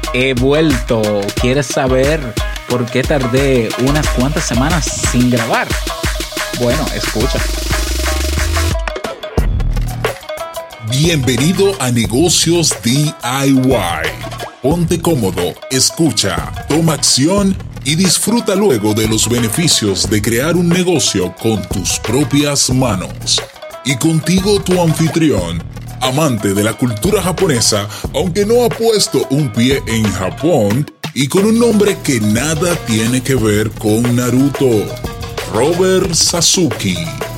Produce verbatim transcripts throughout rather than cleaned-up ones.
He vuelto. ¿Quieres saber por qué tardé unas cuantas semanas sin grabar? Bueno, escucha. Bienvenido a Negocios D I Y. Ponte cómodo, escucha, toma acción y disfruta luego de los beneficios de crear un negocio con tus propias manos. Y contigo tu anfitrión, amante de la cultura japonesa, aunque no ha puesto un pie en Japón, y con un nombre que nada tiene que ver con Naruto, Robert Sasuki.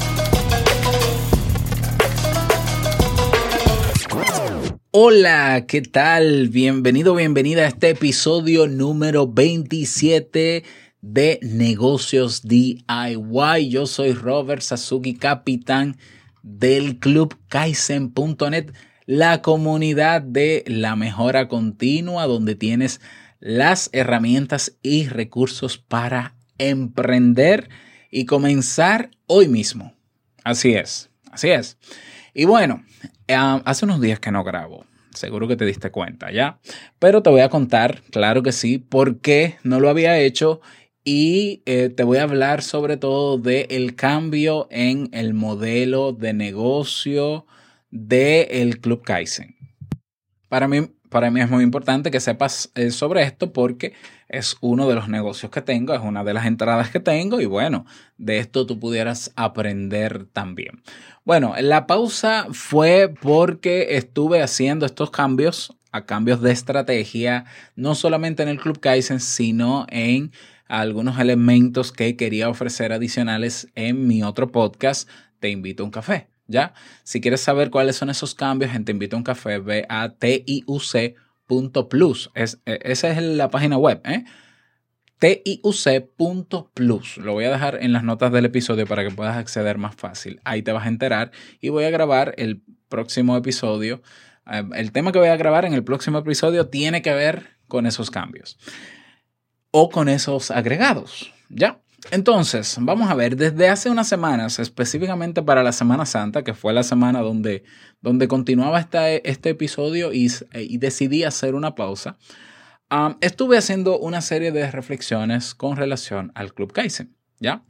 Hola, ¿qué tal? Bienvenido, bienvenida a este episodio número veintisiete de Negocios D I Y. Yo soy Robert Sasuki, capitán del Club Kaizen punto net, la comunidad de la mejora continua, donde tienes las herramientas y recursos para emprender y comenzar hoy mismo. Así es, así es. Y bueno, uh, hace unos días que no grabo. Seguro que te diste cuenta, ¿ya? Pero te voy a contar, claro que sí, por qué no lo había hecho y eh, te voy a hablar sobre todo del cambio en el modelo de negocio del Club Kaizen. Para mí, para mí es muy importante que sepas eh, sobre esto porque es uno de los negocios que tengo, es una de las entradas que tengo y bueno, de esto tú pudieras aprender también. Bueno, la pausa fue porque estuve haciendo estos cambios, a cambios de estrategia, no solamente en el Club Kaizen, sino en algunos elementos que quería ofrecer adicionales en mi otro podcast, Te Invito a un Café. ¿Ya? Si quieres saber cuáles son esos cambios en Te Invito a un Café, ve a T I U C punto plus. Es, esa es la página web, ¿eh? T I U C punto plus. Lo voy a dejar en las notas del episodio para que puedas acceder más fácil. Ahí te vas a enterar y voy a grabar el próximo episodio. El tema que voy a grabar en el próximo episodio tiene que ver con esos cambios o con esos agregados, ¿ya? Entonces, vamos a ver, desde hace unas semanas, específicamente para la Semana Santa, que fue la semana donde, donde continuaba esta, este episodio y, y decidí hacer una pausa, um, estuve haciendo una serie de reflexiones con relación al Club Kaizen, ¿ya?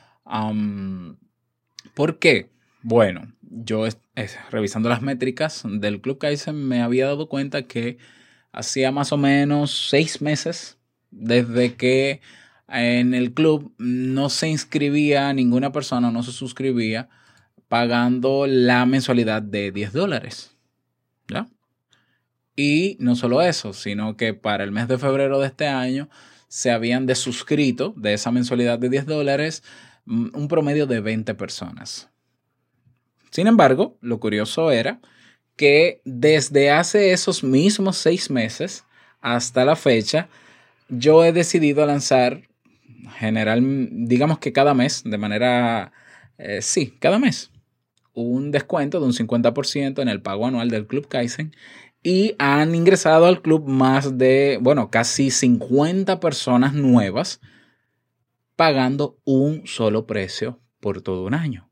Um, ¿Por qué? Bueno, yo es, es, revisando las métricas del Club Kaizen me había dado cuenta que hacía más o menos seis meses desde que en el club no se inscribía ninguna persona, no se suscribía pagando la mensualidad de diez dólares. ¿Ya? Y no solo eso, sino que para el mes de febrero de este año se habían desuscrito de esa mensualidad de diez dólares un promedio de veinte personas. Sin embargo, lo curioso era que desde hace esos mismos seis meses hasta la fecha, yo he decidido lanzar general, digamos que cada mes, de manera, eh, sí, cada mes, un descuento de un cincuenta por ciento en el pago anual del Club Kaizen y han ingresado al club más de, bueno, casi cincuenta personas nuevas pagando un solo precio por todo un año.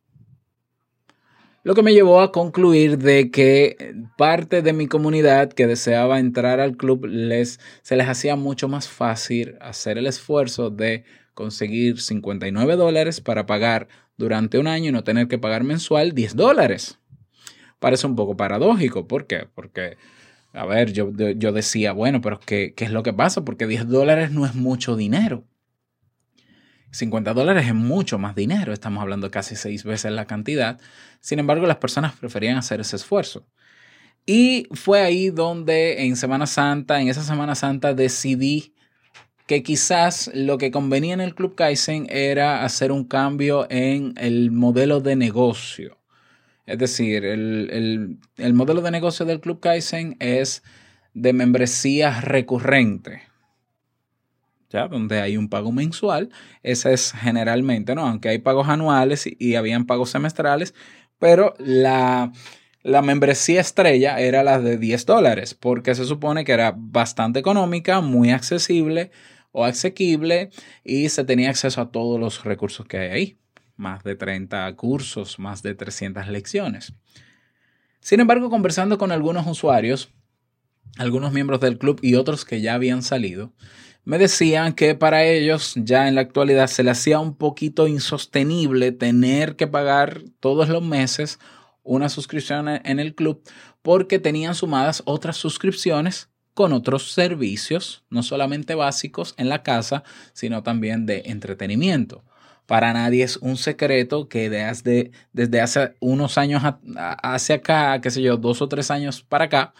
Lo que me llevó a concluir de que parte de mi comunidad que deseaba entrar al club les, se les hacía mucho más fácil hacer el esfuerzo de conseguir cincuenta y nueve dólares para pagar durante un año y no tener que pagar mensual diez dólares. Parece un poco paradójico. ¿Por qué? Porque, a ver, yo, yo decía, bueno, pero ¿qué, qué es lo que pasa? Porque diez dólares no es mucho dinero. cincuenta dólares es mucho más dinero, estamos hablando casi seis veces la cantidad. Sin embargo, las personas preferían hacer ese esfuerzo. Y fue ahí donde en Semana Santa, en esa Semana Santa decidí que quizás lo que convenía en el Club Kaizen era hacer un cambio en el modelo de negocio. Es decir, el, el, el modelo de negocio del Club Kaizen es de membresía recurrente. ¿Ya? Donde hay un pago mensual, ese es generalmente, ¿no? Aunque hay pagos anuales y, y habían pagos semestrales, pero la, la membresía estrella era la de diez dólares, porque se supone que era bastante económica, muy accesible o asequible y se tenía acceso a todos los recursos que hay ahí. Más de treinta cursos, más de trescientas lecciones. Sin embargo, conversando con algunos usuarios, algunos miembros del club y otros que ya habían salido, me decían que para ellos ya en la actualidad se les hacía un poquito insostenible tener que pagar todos los meses una suscripción en el club porque tenían sumadas otras suscripciones con otros servicios, no solamente básicos en la casa, sino también de entretenimiento. Para nadie es un secreto que desde, desde hace unos años hacia acá, qué sé yo, dos o tres años para acá,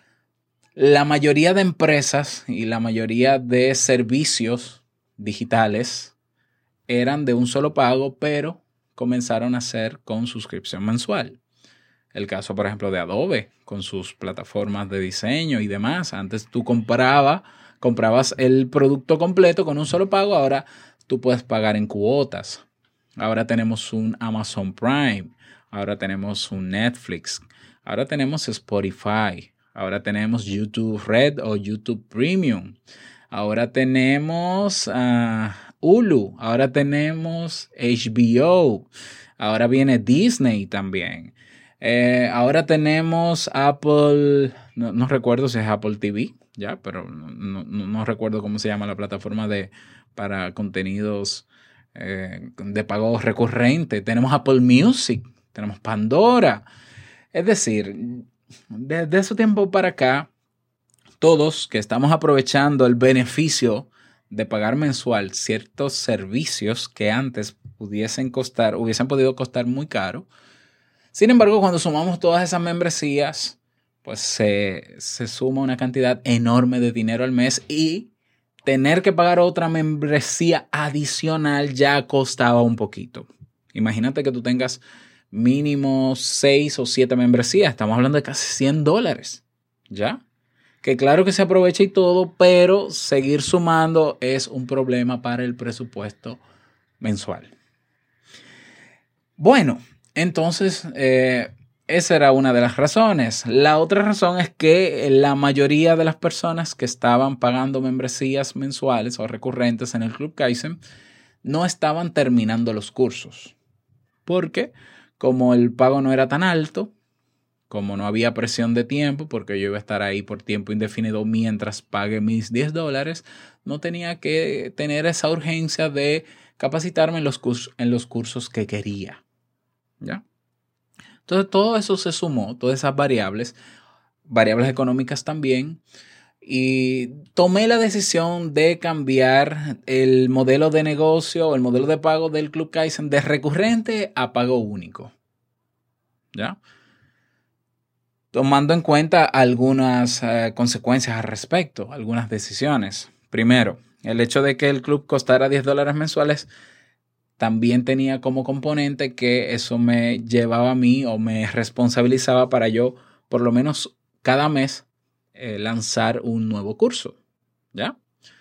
la mayoría de empresas y la mayoría de servicios digitales eran de un solo pago, pero comenzaron a ser con suscripción mensual. El caso, por ejemplo, de Adobe, con sus plataformas de diseño y demás. Antes tú compraba, comprabas el producto completo con un solo pago, ahora tú puedes pagar en cuotas. Ahora tenemos un Amazon Prime, ahora tenemos un Netflix, ahora tenemos Spotify, ahora tenemos YouTube Red o YouTube Premium, ahora tenemos uh, Hulu, ahora tenemos H B O, ahora viene Disney también. Eh, ahora tenemos Apple, no, no recuerdo si es Apple T V, ya, pero no, no, no recuerdo cómo se llama la plataforma de, para contenidos eh, de pago recurrente. Tenemos Apple Music, tenemos Pandora. Es decir, desde ese tiempo para acá, todos que estamos aprovechando el beneficio de pagar mensual ciertos servicios que antes pudiesen costar, hubiesen podido costar muy caro. Sin embargo, cuando sumamos todas esas membresías, pues se, se suma una cantidad enorme de dinero al mes y tener que pagar otra membresía adicional ya costaba un poquito. Imagínate que tú tengas mínimo seis o siete membresías. Estamos hablando de casi cien dólares, ¿ya? Que claro que se aprovecha y todo, pero seguir sumando es un problema para el presupuesto mensual. Bueno, entonces, eh, esa era una de las razones. La otra razón es que la mayoría de las personas que estaban pagando membresías mensuales o recurrentes en el Club Kaizen no estaban terminando los cursos. Porque como el pago no era tan alto, como no había presión de tiempo, porque yo iba a estar ahí por tiempo indefinido mientras pague mis diez dólares, no tenía que tener esa urgencia de capacitarme en los cursos, en los cursos que quería. ¿Ya? Entonces todo eso se sumó, todas esas variables, variables económicas también, y tomé la decisión de cambiar el modelo de negocio o el modelo de pago del Club Kaizen de recurrente a pago único. ¿Ya? Tomando en cuenta algunas eh, consecuencias al respecto, algunas decisiones. Primero, el hecho de que el club costara diez dólares mensuales también tenía como componente que eso me llevaba a mí o me responsabilizaba para yo por lo menos cada mes eh, lanzar un nuevo curso, ¿ya?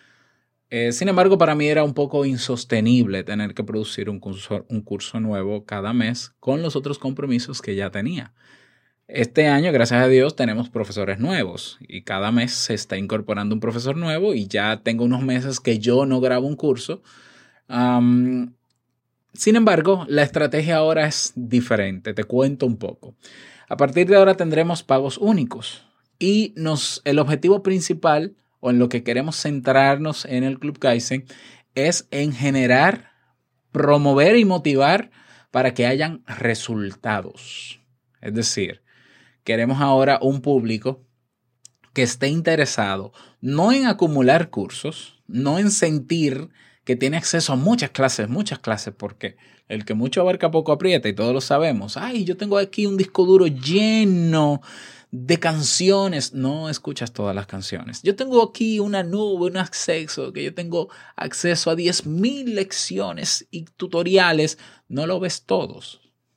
Eh, sin embargo, para mí era un poco insostenible tener que producir un curso, un curso nuevo cada mes con los otros compromisos que ya tenía. Este año, gracias a Dios, tenemos profesores nuevos y cada mes se está incorporando un profesor nuevo y ya tengo unos meses que yo no grabo un curso. Um, Sin embargo, la estrategia ahora es diferente. Te cuento un poco. A partir de ahora tendremos pagos únicos y nos, el objetivo principal o en lo que queremos centrarnos en el Club Kaizen es en generar, promover y motivar para que hayan resultados. Es decir, queremos ahora un público que esté interesado no en acumular cursos, no en sentir que tiene acceso a muchas clases, muchas clases, porque el que mucho abarca poco aprieta y todos lo sabemos. Ay, yo tengo aquí un disco duro lleno de canciones. No escuchas todas las canciones. Yo tengo aquí una nube, un acceso, que yo tengo acceso a diez mil lecciones y tutoriales. No lo ves todos.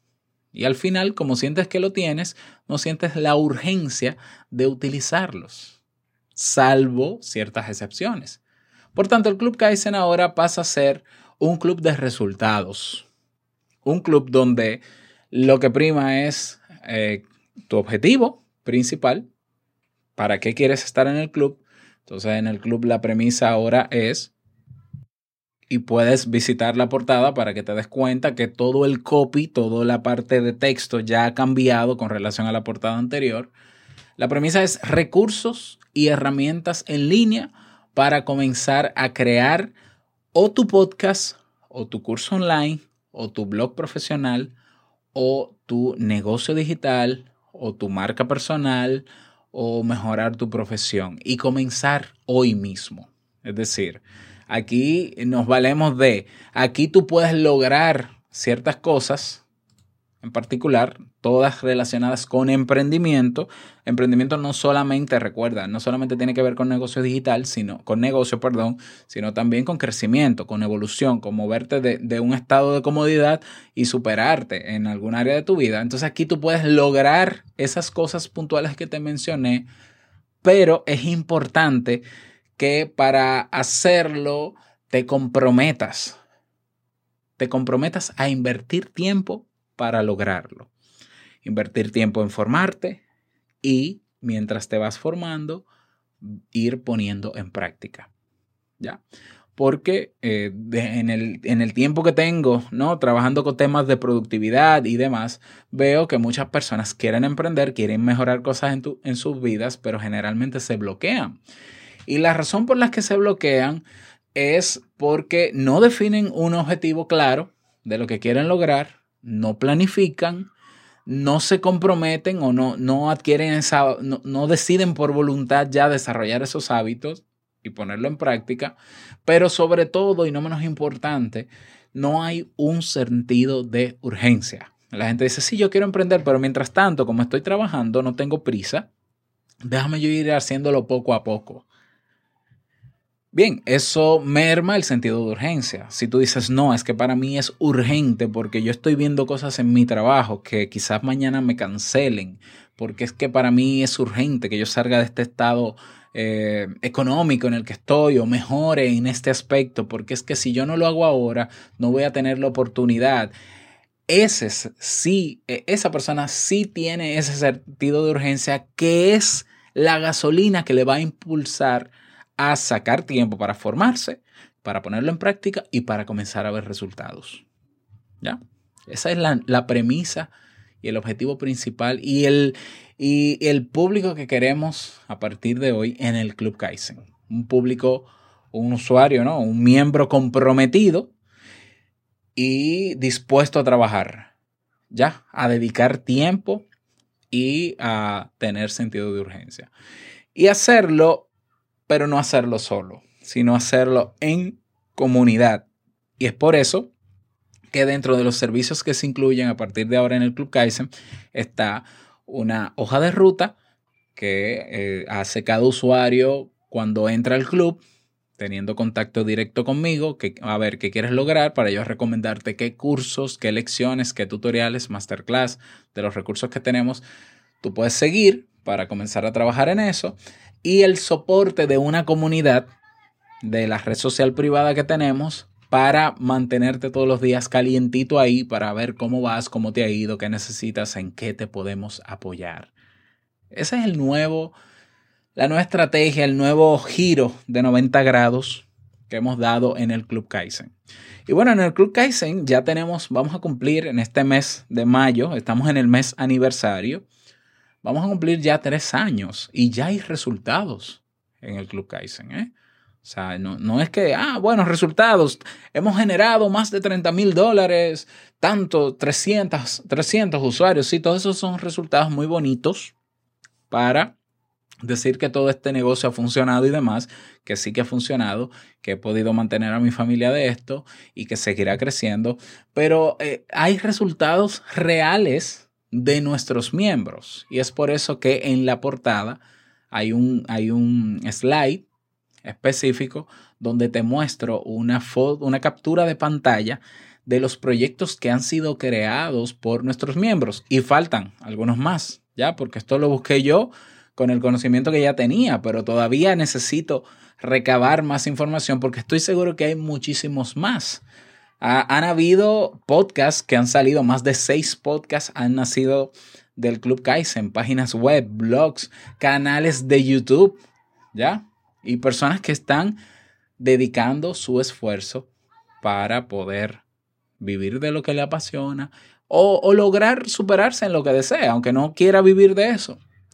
Y al final, como sientes que lo tienes, no sientes la urgencia de utilizarlos, salvo ciertas excepciones. Por tanto, el Club Kaizen ahora pasa a ser un club de resultados. Un club donde lo que prima es eh, tu objetivo principal. ¿Para qué quieres estar en el club? Entonces, en el club la premisa ahora es, y puedes visitar la portada para que te des cuenta que todo el copy, toda la parte de texto ya ha cambiado con relación a la portada anterior. La premisa es recursos y herramientas en línea para comenzar a crear o tu podcast, o tu curso online, o tu blog profesional, o tu negocio digital, o tu marca personal, o mejorar tu profesión y comenzar hoy mismo. Es decir, aquí nos valemos de, aquí tú puedes lograr ciertas cosas, en particular, todas relacionadas con emprendimiento. Emprendimiento no solamente, recuerda, no solamente tiene que ver con negocio digital, sino con negocio, perdón, sino también con crecimiento, con evolución, con moverte de, de un estado de comodidad y superarte en algún área de tu vida. Entonces aquí tú puedes lograr esas cosas puntuales que te mencioné, pero es importante que para hacerlo te comprometas, te comprometas a invertir tiempo para lograrlo. Invertir tiempo en formarte y mientras te vas formando, ir poniendo en práctica. ¿Ya? Porque eh, de, en, el, en el tiempo que tengo, ¿no? Trabajando con temas de productividad y demás, veo que muchas personas quieren emprender, quieren mejorar cosas en, tu, en sus vidas, pero generalmente se bloquean. Y la razón por la que se bloquean es porque no definen un objetivo claro de lo que quieren lograr, no planifican, no se comprometen o no, no adquieren esa, no, no deciden por voluntad ya desarrollar esos hábitos y ponerlo en práctica, pero sobre todo y no menos importante, no hay un sentido de urgencia. La gente dice, sí, yo quiero emprender, pero mientras tanto, como estoy trabajando, no tengo prisa, déjame yo ir haciéndolo poco a poco. Bien, eso merma el sentido de urgencia. Si tú dices, no, es que para mí es urgente porque yo estoy viendo cosas en mi trabajo que quizás mañana me cancelen, porque es que para mí es urgente que yo salga de este estado eh, económico en el que estoy o mejore en este aspecto, porque es que si yo no lo hago ahora, no voy a tener la oportunidad. Ese sí, esa persona sí tiene ese sentido de urgencia que es la gasolina que le va a impulsar a sacar tiempo para formarse, para ponerlo en práctica y para comenzar a ver resultados. ¿Ya? Esa es la, la premisa y el objetivo principal y el, y el público que queremos a partir de hoy en el Club Kaizen. Un público, un usuario, ¿no? Un miembro comprometido y dispuesto a trabajar, ¿ya? A dedicar tiempo y a tener sentido de urgencia. Y hacerlo, pero no hacerlo solo, sino hacerlo en comunidad. Y es por eso que dentro de los servicios que se incluyen a partir de ahora en el Club Kaizen está una hoja de ruta que eh, hace cada usuario cuando entra al club, teniendo contacto directo conmigo, que, a ver qué quieres lograr para yo recomendarte qué cursos, qué lecciones, qué tutoriales, masterclass de los recursos que tenemos tú puedes seguir para comenzar a trabajar en eso. Y el soporte de una comunidad de la red social privada que tenemos para mantenerte todos los días calientito ahí para ver cómo vas, cómo te ha ido, qué necesitas, en qué te podemos apoyar. Ese es el nuevo, la nueva estrategia, el nuevo giro de noventa grados que hemos dado en el Club Kaizen. Y bueno, en el Club Kaizen ya tenemos, vamos a cumplir en este mes de mayo, estamos en el mes aniversario. Vamos a cumplir ya tres años y ya hay resultados en el Club Kaizen, ¿eh? O sea, no, no es que, ah, bueno, resultados. Hemos generado más de treinta mil dólares, tanto, trescientos, trescientos usuarios. Sí, todos esos son resultados muy bonitos para decir que todo este negocio ha funcionado y demás, que sí que ha funcionado, que he podido mantener a mi familia de esto y que seguirá creciendo. Pero eh, hay resultados reales de nuestros miembros y es por eso que en la portada hay un, hay un slide específico donde te muestro una foto, una captura de pantalla de los proyectos que han sido creados por nuestros miembros y faltan algunos más, ya, porque esto lo busqué yo con el conocimiento que ya tenía, pero todavía necesito recabar más información porque estoy seguro que hay muchísimos más. Han habido podcasts que han salido, más de seis podcasts han nacido del Club Kaizen, páginas web, blogs, canales de YouTube, ¿ya? Y personas que están dedicando su esfuerzo para poder vivir de lo que le apasiona o, o lograr superarse en lo que desea, aunque no quiera vivir de eso.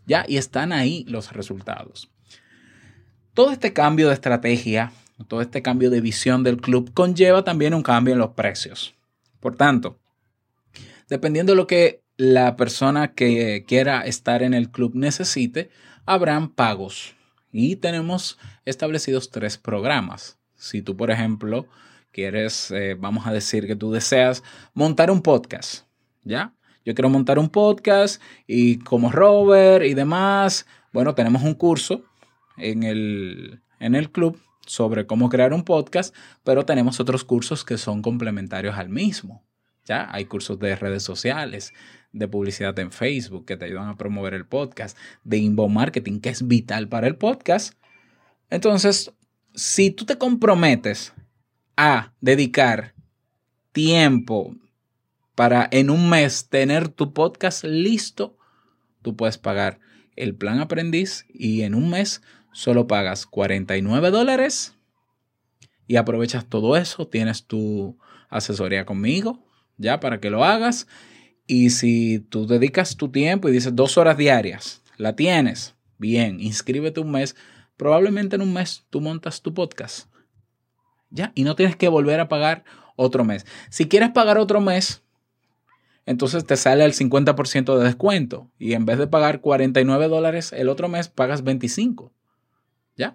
¿ya? Y están ahí los resultados. Todo este cambio de estrategia, todo este cambio de visión del club conlleva también un cambio en los precios. Por tanto, dependiendo de lo que la persona que quiera estar en el club necesite, habrán pagos. Y tenemos establecidos tres programas. Si tú, por ejemplo, quieres, eh, vamos a decir que tú deseas montar un podcast, ¿ya? Yo quiero montar un podcast y como Robert y demás, bueno, tenemos un curso en el, en el club sobre cómo crear un podcast, pero tenemos otros cursos que son complementarios al mismo, ¿ya? Hay cursos de redes sociales, de publicidad en Facebook que te ayudan a promover el podcast, de inbound marketing que es vital para el podcast. Entonces, si tú te comprometes a dedicar tiempo para en un mes tener tu podcast listo, tú puedes pagar el plan aprendiz y en un mes solo pagas cuarenta y nueve dólares y aprovechas todo eso. Tienes tu asesoría conmigo ya para que lo hagas. Y si tú dedicas tu tiempo y dices dos horas diarias, la tienes, bien, inscríbete un mes. Probablemente en un mes tú montas tu podcast. Ya, y no tienes que volver a pagar otro mes. Si quieres pagar otro mes, entonces te sale el cincuenta por ciento de descuento. Y en vez de pagar cuarenta y nueve dólares el otro mes, pagas veinticinco. ¿Ya?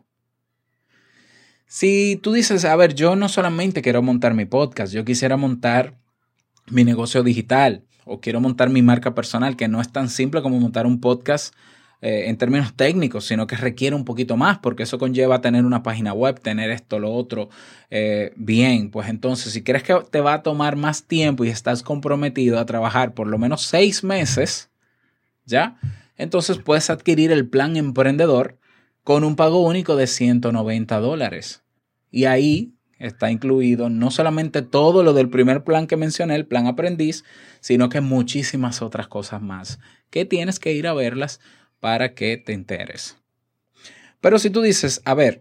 Si tú dices, a ver, yo no solamente quiero montar mi podcast, yo quisiera montar mi negocio digital o quiero montar mi marca personal, que no es tan simple como montar un podcast eh, en términos técnicos, sino que requiere un poquito más, porque eso conlleva tener una página web, tener esto, lo otro. Eh, bien, pues entonces, si crees que te va a tomar más tiempo y estás comprometido a trabajar por lo menos seis meses, ¿ya? Entonces puedes adquirir el plan emprendedor con un pago único de ciento noventa dólares. Y ahí está incluido no solamente todo lo del primer plan que mencioné, el plan aprendiz, sino que muchísimas otras cosas más que tienes que ir a verlas para que te enteres. Pero si tú dices, a ver,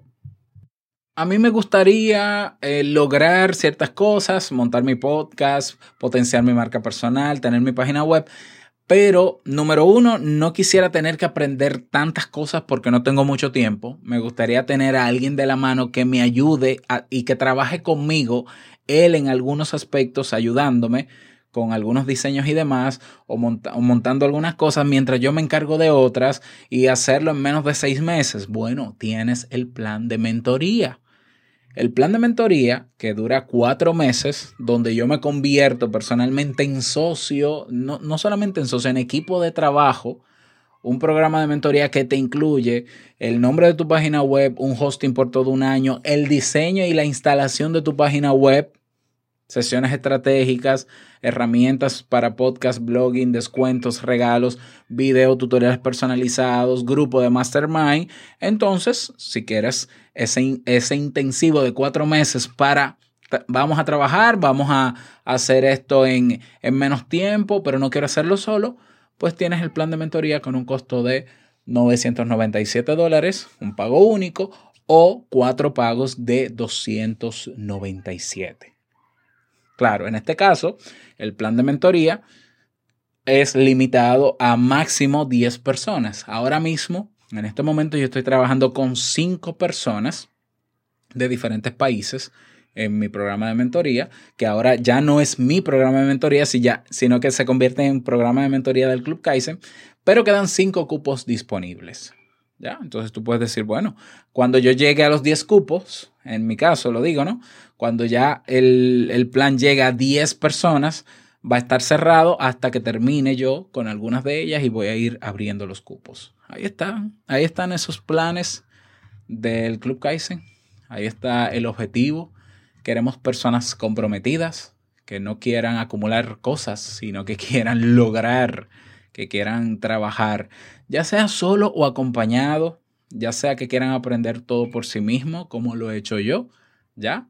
a mí me gustaría eh, lograr ciertas cosas, montar mi podcast, potenciar mi marca personal, tener mi página web, pero número uno, no quisiera tener que aprender tantas cosas porque no tengo mucho tiempo. Me gustaría tener a alguien de la mano que me ayude a, y que trabaje conmigo, él en algunos aspectos ayudándome con algunos diseños y demás, o, monta, o montando algunas cosas mientras yo me encargo de otras y hacerlo en menos de seis meses. Bueno, tienes el plan de mentoría. El plan de mentoría, que dura cuatro meses, donde yo me convierto personalmente en socio, no, no solamente en socio, en equipo de trabajo, un programa de mentoría que te incluye el nombre de tu página web, un hosting por todo un año, el diseño y la instalación de tu página web, sesiones estratégicas, herramientas para podcast, blogging, descuentos, regalos, video, tutoriales personalizados, grupo de mastermind. Entonces, si quieres ese, ese intensivo de cuatro meses para, vamos a trabajar, vamos a hacer esto en, en menos tiempo, pero no quiero hacerlo solo, pues tienes el plan de mentoría con un costo de novecientos noventa y siete dólares, un pago único, o cuatro pagos de doscientos noventa y siete. Claro, en este caso, el plan de mentoría es limitado a máximo diez personas. Ahora mismo, en este momento, yo estoy trabajando con cinco personas de diferentes países en mi programa de mentoría, que ahora ya no es mi programa de mentoría, sino que se convierte en programa de mentoría del Club Kaizen, pero quedan cinco cupos disponibles. ¿Ya? Entonces tú puedes decir, bueno, cuando yo llegue a los diez cupos, en mi caso lo digo, ¿no? Cuando ya el, el plan llega a diez personas, va a estar cerrado hasta que termine yo con algunas de ellas y voy a ir abriendo los cupos. Ahí están, ahí están esos planes del Club Kaizen. Ahí está el objetivo. Queremos personas comprometidas que no quieran acumular cosas, sino que quieran lograr, que quieran trabajar, ya sea solo o acompañado, ya sea que quieran aprender todo por sí mismo, como lo he hecho yo, ¿ya?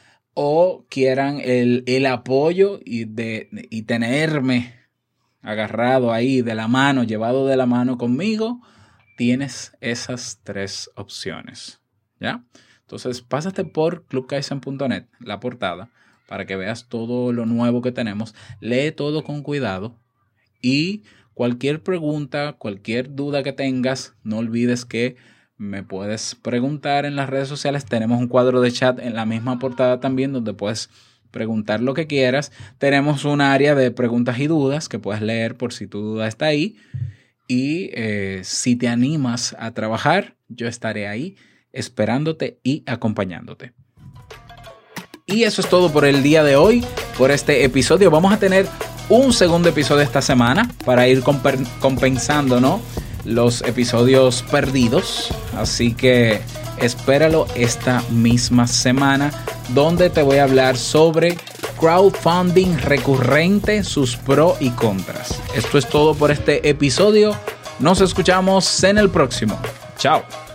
O quieran el, el apoyo y, de, y tenerme agarrado ahí de la mano, llevado de la mano conmigo, tienes esas tres opciones, ¿ya? Entonces, pásate por club kaizen punto net, la portada, para que veas todo lo nuevo que tenemos. Lee todo con cuidado y cualquier pregunta, cualquier duda que tengas, no olvides que me puedes preguntar en las redes sociales. Tenemos un cuadro de chat en la misma portada también donde puedes preguntar lo que quieras. Tenemos un área de preguntas y dudas que puedes leer por si tu duda está ahí. Y eh, si te animas a trabajar, yo estaré ahí esperándote y acompañándote. Y eso es todo por el día de hoy, por este episodio. Vamos a tener un segundo episodio esta semana para ir comp- compensando, ¿no?, los episodios perdidos. Así que espéralo esta misma semana, donde te voy a hablar sobre crowdfunding recurrente, sus pros y contras. Esto es todo por este episodio. Nos escuchamos en el próximo. Chao.